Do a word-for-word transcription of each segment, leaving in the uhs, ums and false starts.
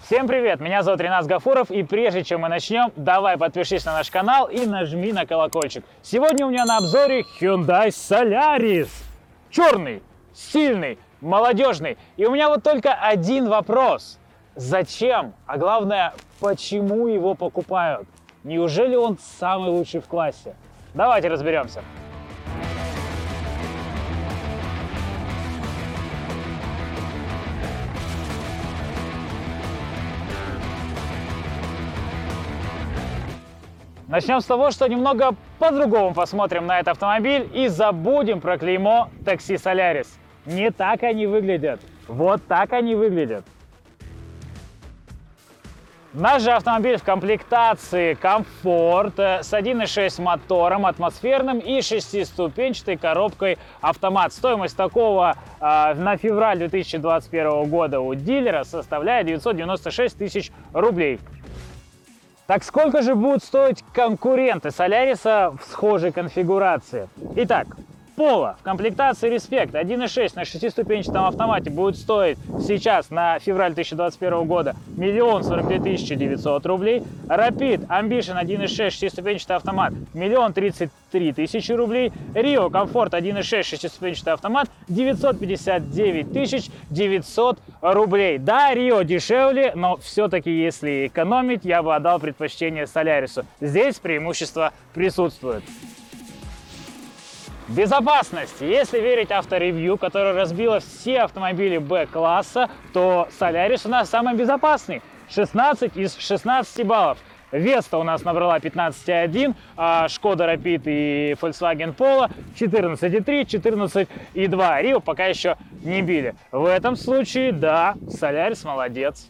Всем привет, меня зовут Ренат Гафуров, и прежде чем мы начнем, давай подпишись на наш канал и нажми на колокольчик. Сегодня у меня на обзоре Hyundai Solaris. Черный, стильный, молодежный. И у меня вот только один вопрос. Зачем? А главное, почему его покупают? Неужели он самый лучший в классе? Давайте разберемся. Начнем с того, что немного по-другому посмотрим на этот автомобиль и забудем про клеймо такси Solaris. Не так они выглядят. Вот так они выглядят. Наш же автомобиль в комплектации комфорт с один и шесть мотором атмосферным и шестиступенчатой коробкой автомат. Стоимость такого э, на февраль две тысячи двадцать первого года у дилера составляет девятьсот девяносто шесть тысяч рублей. Так сколько же будут стоить конкуренты Соляриса в схожей конфигурации? Итак, Polo в комплектации Respect один и шесть на шестиступенчатом автомате будет стоить сейчас на февраль две тысячи двадцать первого года миллион сорок две тысячи девятьсот рублей. Rapid Ambition один и шесть шестиступенчатый автомат миллион тридцать три тысячи рублей. Rio Comfort один и шесть шестиступенчатый автомат девятьсот пятьдесят девять тысяч девятьсот рублей. Да, Rio дешевле, но все-таки если экономить, я бы отдал предпочтение Солярису. Здесь преимущества присутствуют. Безопасность. Если верить авторевью, которое разбило все автомобили Б-класса, то Solaris у нас самый безопасный. шестнадцать из шестнадцати баллов. Веста у нас набрала пятнадцать и один, а Skoda Rapid и Volkswagen Polo четырнадцать и три, четырнадцать и два. Rio пока еще не били. В этом случае, да, Solaris молодец.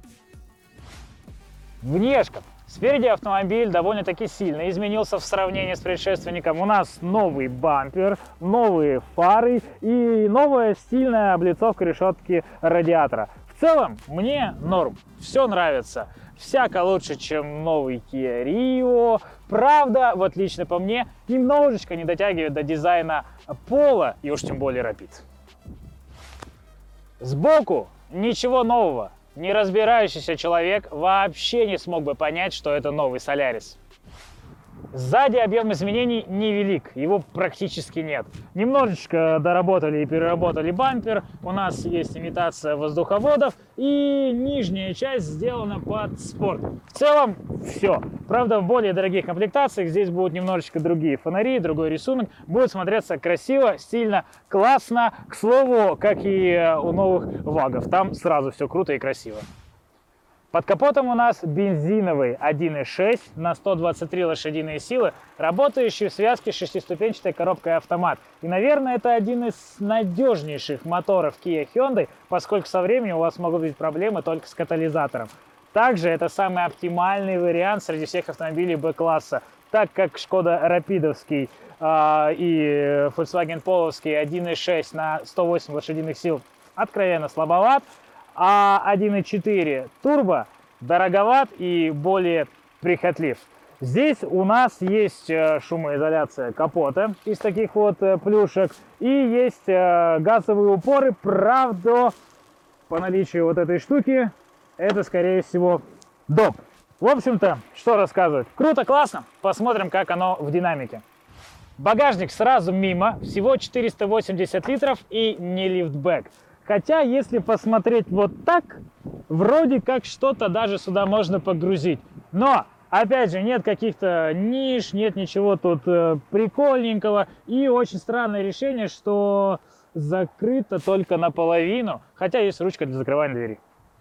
Внешка. Спереди автомобиль довольно-таки сильно изменился в сравнении с предшественником. У нас новый бампер, новые фары и новая стильная облицовка решетки радиатора. В целом, мне норм, все нравится. Всяко лучше, чем новый Kia Rio. Правда, вот лично по мне, немножечко не дотягивает до дизайна Polo и уж тем более Rapid. Сбоку ничего нового. Не разбирающийся человек вообще не смог бы понять, что это новый Solaris. Сзади объем изменений невелик, его практически нет. Немножечко доработали и переработали бампер, у нас есть имитация воздуховодов и нижняя часть сделана под спорт. В целом все. Правда, в более дорогих комплектациях здесь будут немножечко другие фонари, другой рисунок. Будет смотреться красиво, стильно, классно. К слову, как и у новых вагов, там сразу все круто и красиво. Под капотом у нас бензиновый один и шесть на сто двадцать три лошадиные силы, работающий в связке с шестиступенчатой коробкой автомат. И, наверное, это один из надежнейших моторов Kia Hyundai, поскольку со временем у вас могут быть проблемы только с катализатором. Также это самый оптимальный вариант среди всех автомобилей Б-класса, так как Skoda Rapidовский э, и Volkswagen Polo'вский один и шесть на сто восемь лошадиных сил откровенно слабоват, а один и четыре турбо дороговат и более прихотлив. Здесь у нас есть шумоизоляция капота из таких вот плюшек и есть газовые упоры. Правда, по наличию вот этой штуки это, скорее всего, доп. В общем-то, что рассказывать? Круто, классно. Посмотрим, как оно в динамике. Багажник сразу мимо, всего четыреста восемьдесят литров и не лифтбэк. Хотя, если посмотреть вот так, вроде как что-то даже сюда можно погрузить. Но, опять же, нет каких-то ниш, нет ничего тут э, прикольненького. И очень странное решение, что закрыто только наполовину, хотя есть ручка для закрывания двери.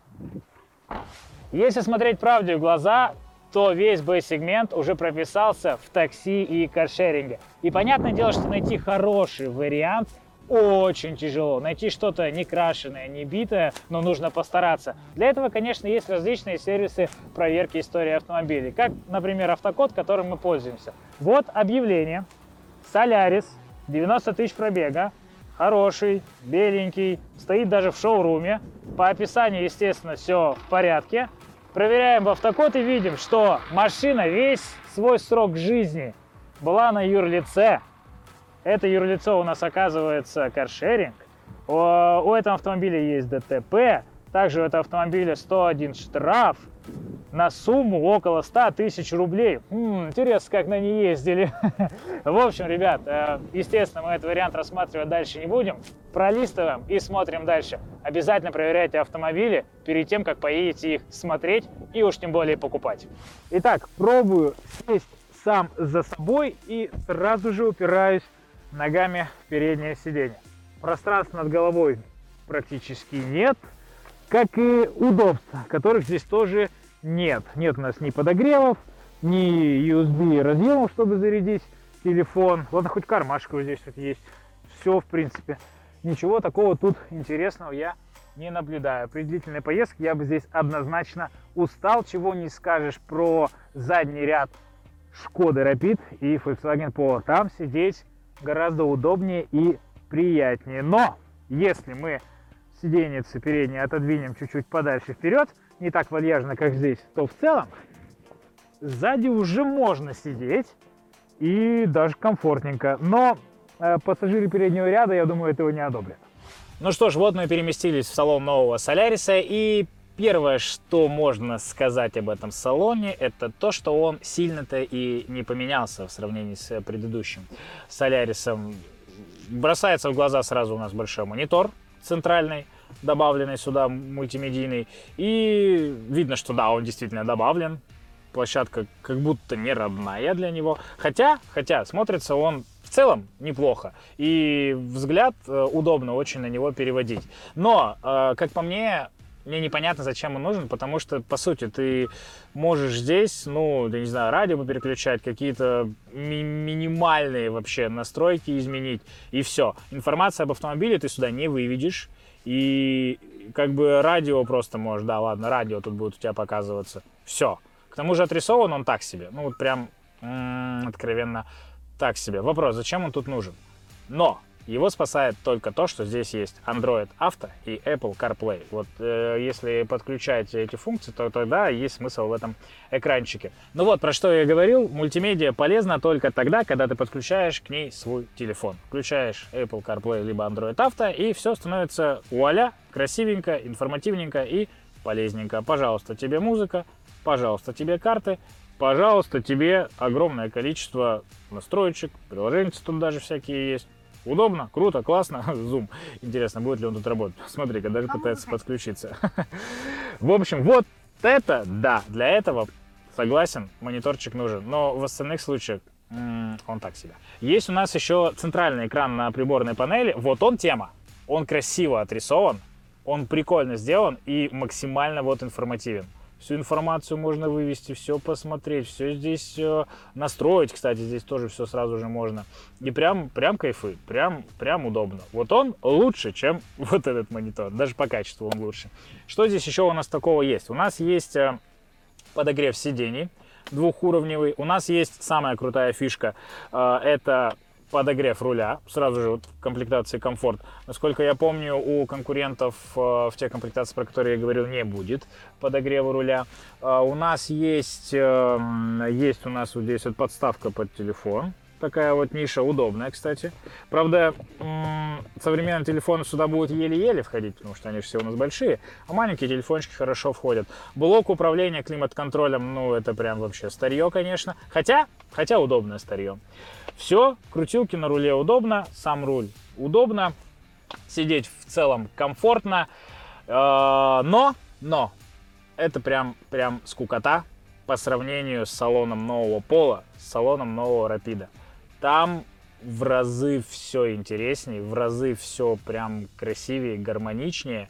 Если смотреть правде в глаза, то весь B-сегмент уже прописался в такси и каршеринге. И понятное дело, что найти хороший вариант очень тяжело. Найти что-то не крашеное, не битое, но нужно постараться. Для этого, конечно, есть различные сервисы проверки истории автомобилей, как, например, Автокод, которым мы пользуемся. Вот объявление. Solaris, девяносто тысяч пробега, хороший, беленький, стоит даже в шоуруме. По описанию, естественно, все в порядке. Проверяем в Автокод и видим, что машина весь свой срок жизни была на юрлице. Это юрлицо у нас оказывается каршеринг. У этого автомобиля есть ДТП. Также у этого автомобиля сто один штраф на сумму около ста тысяч рублей. М-м, интересно, как на ней ездили. В общем, ребят, естественно, мы этот вариант рассматривать дальше не будем. Пролистываем и смотрим дальше. Обязательно проверяйте автомобили перед тем, как поедете их смотреть и уж тем более покупать. Итак, пробую сесть сам за собой и сразу же упираюсь ногами в переднее сиденье. Пространства над головой практически нет, как и удобства, которых здесь тоже нет. Нет у нас ни подогревов, ни ю эс би разъемов, чтобы зарядить телефон. Ладно, хоть кармашек вот здесь вот есть. Все, в принципе. Ничего такого тут интересного я не наблюдаю. При длительной поездке я бы здесь однозначно устал. Чего не скажешь про задний ряд Шкоды Rapid и Volkswagen Polo. Там сидеть гораздо удобнее и приятнее. Но если мы сиденьицы передние отодвинем чуть-чуть подальше вперед, не так вальяжно, как здесь, то в целом сзади уже можно сидеть и даже комфортненько. Но э, пассажиры переднего ряда, я думаю, этого не одобрят. Ну что ж, вот мы переместились в салон нового Соляриса, и первое, что можно сказать об этом салоне, это то, что он сильно-то и не поменялся в сравнении с предыдущим Солярисом. Бросается в глаза сразу у нас большой монитор центральный, добавленный сюда, мультимедийный. И видно, что да, он действительно добавлен. Площадка как будто не родная для него. Хотя, хотя смотрится он в целом неплохо. И взгляд удобно очень на него переводить. Но, как по мне, мне непонятно, зачем он нужен, потому что, по сути, ты можешь здесь, ну, я не знаю, радио переключать, какие-то ми минимальные вообще настройки изменить, и все. Информация об автомобиле ты сюда не выведешь, и как бы радио просто можешь, да, ладно, радио тут будет у тебя показываться. Все. К тому же отрисован он так себе, ну, вот прям м-м, откровенно так себе. Вопрос, зачем он тут нужен? Но его спасает только то, что здесь есть Android Auto и Apple CarPlay. Вот э, если подключать эти функции, то тогда есть смысл в этом экранчике. Ну вот, про что я говорил, мультимедиа полезна только тогда, когда ты подключаешь к ней свой телефон. Включаешь Apple CarPlay либо Android Auto, и все становится вуаля, красивенько, информативненько и полезненько. Пожалуйста, тебе музыка, пожалуйста, тебе карты, пожалуйста, тебе огромное количество настроечек, приложений тут даже всякие есть. Удобно, круто, классно. Зум. Интересно, будет ли он тут работать. Смотри-ка, даже пытается подключиться. В общем, вот это, да, для этого, согласен, мониторчик нужен. Но в остальных случаях м-м, он так себе. Есть у нас еще центральный экран на приборной панели. Вот он тема. Он красиво отрисован, он прикольно сделан и максимально вот информативен. Всю информацию можно вывести, все посмотреть, все здесь э, настроить, кстати, здесь тоже все сразу же можно. И прям, прям кайфы, прям, прям удобно. Вот он лучше, чем вот этот монитор, даже по качеству он лучше. Что здесь еще у нас такого есть? У нас есть э, подогрев сидений двухуровневый. У нас есть самая крутая фишка, э, это подогрев руля, сразу же вот в комплектации комфорт. Насколько я помню, у конкурентов э, в тех комплектациях, про которые я говорил, не будет подогрева руля. Э, у нас есть, э, есть у нас вот здесь вот подставка под телефон. Такая вот ниша, удобная, кстати. Правда, современные телефоны сюда будут еле-еле входить, потому что они все у нас большие, а маленькие телефончики хорошо входят. Блок управления климат-контролем, ну, это прям вообще старье, конечно. Хотя, хотя удобное старье. Все, крутилки на руле удобно, сам руль удобно, сидеть в целом комфортно, но, но, это прям, прям скукота по сравнению с салоном нового Polo, с салоном нового Rapid. Там в разы все интереснее, в разы все прям красивее, гармоничнее.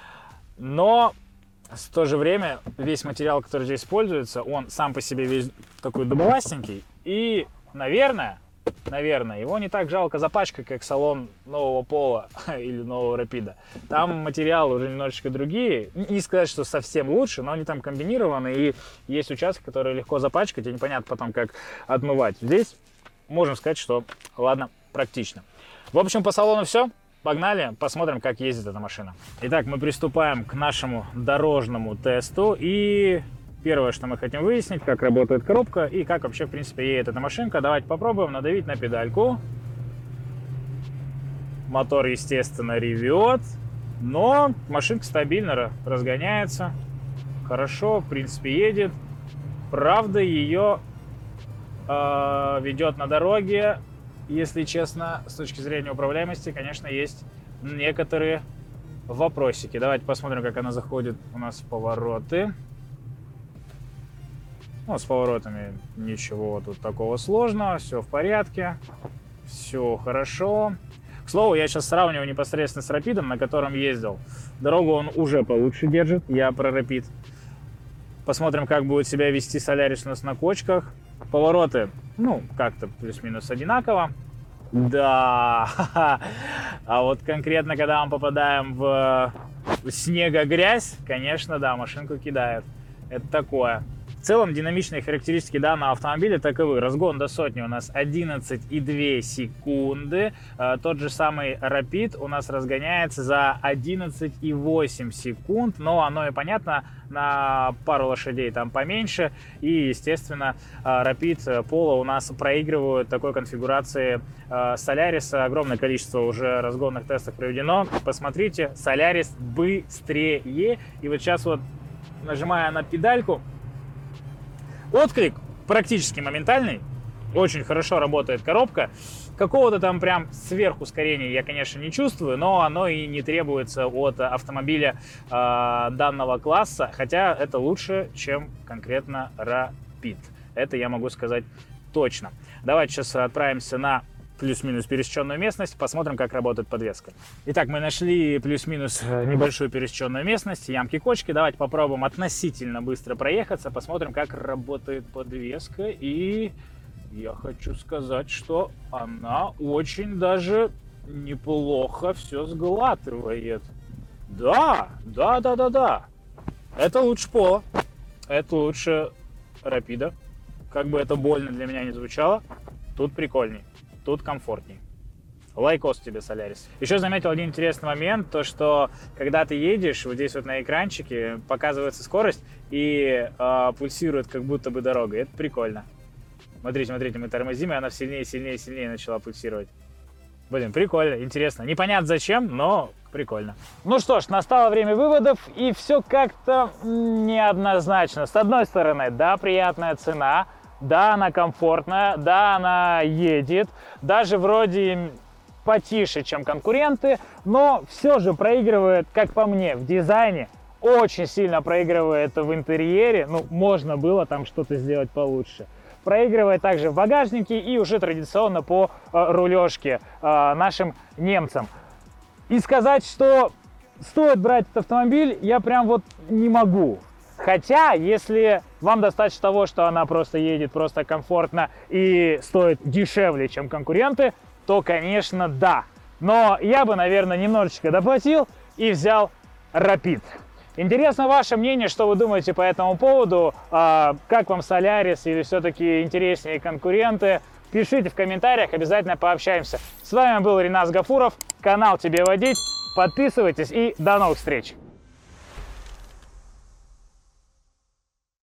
Но в то же время весь материал, который здесь используется, он сам по себе весь такой дубовастенький. И, наверное, наверное, его не так жалко запачкать, как салон нового Polo или нового Rapid. Там материалы уже немножечко другие. Не сказать, что совсем лучше, но они там комбинированы. И есть участки, которые легко запачкать, и непонятно потом, как отмывать. Здесь можем сказать, что, ладно, практично. В общем, по салону все. Погнали, посмотрим, как ездит эта машина. Итак, мы приступаем к нашему дорожному тесту. И первое, что мы хотим выяснить, как работает коробка и как вообще, в принципе, едет эта машинка. Давайте попробуем надавить на педальку. Мотор, естественно, ревет. Но машинка стабильно разгоняется, хорошо, в принципе, едет. Правда, ее э, ведет на дороге, если честно, с точки зрения управляемости, конечно, есть некоторые вопросики. Давайте посмотрим, как она заходит у нас в повороты. Ну, с поворотами ничего тут такого сложного, все в порядке, все хорошо. К слову, я сейчас сравниваю непосредственно с Рапидом, на котором ездил. Дорогу он уже получше держит, я про Рапид. Посмотрим, как будет себя вести Солярис у нас на кочках. Повороты, ну, как-то плюс-минус одинаково. Да, а вот конкретно, когда мы попадаем в снег-грязь, конечно, да, машинку кидает. Это такое. В целом динамичные характеристики данного автомобиля таковы. Разгон до сотни у нас одиннадцать и две секунды. Тот же самый Rapid у нас разгоняется за одиннадцать и восемь секунд. Но оно и понятно, на пару лошадей там поменьше. И, естественно, Rapid Polo у нас проигрывают такой конфигурации Solaris. Огромное количество уже разгонных тестов проведено. Посмотрите, Solaris быстрее. И вот сейчас вот, нажимая на педальку, отклик практически моментальный, очень хорошо работает коробка. Какого-то там прям сверхускорения я, конечно, не чувствую, но оно и не требуется от автомобиля э, данного класса, хотя это лучше, чем конкретно Rapid. Это я могу сказать точно. Давайте сейчас отправимся на плюс-минус пересеченную местность, посмотрим, как работает подвеска. Итак, мы нашли плюс-минус небольшую пересеченную местность, ямки-кочки. Давайте попробуем относительно быстро проехаться, посмотрим, как работает подвеска. И я хочу сказать, что она очень даже неплохо все сглатывает. Да, да, да, да, да. Это лучше Пола, это лучше Рапида. Как бы это больно для меня не звучало, тут прикольней. Тут комфортней. Лайкос тебе, Солярис. Еще заметил один интересный момент, то что когда ты едешь, вот здесь вот на экранчике показывается скорость и э, пульсирует как будто бы дорога. Это прикольно. Смотрите, смотрите, мы тормозим, и она сильнее, сильнее, сильнее начала пульсировать. Блин, прикольно, интересно. Непонятно зачем, но прикольно. Ну что ж, настало время выводов, и все как-то неоднозначно. С одной стороны, да, приятная цена. Да, она комфортная, да, она едет, даже вроде потише, чем конкуренты, но все же проигрывает, как по мне, в дизайне, очень сильно проигрывает в интерьере, ну, можно было там что-то сделать получше. Проигрывает также в багажнике и уже традиционно по э, рулежке э, нашим немцам. И сказать, что стоит брать этот автомобиль, я прям вот не могу. Хотя, если вам достаточно того, что она просто едет просто комфортно и стоит дешевле, чем конкуренты, то, конечно, да. Но я бы, наверное, немножечко доплатил и взял Rapid. Интересно ваше мнение, что вы думаете по этому поводу? Как вам Solaris или все-таки интереснее конкуренты? Пишите в комментариях, обязательно пообщаемся. С вами был Ренат Гафуров, канал Тебе Водить. Подписывайтесь и до новых встреч!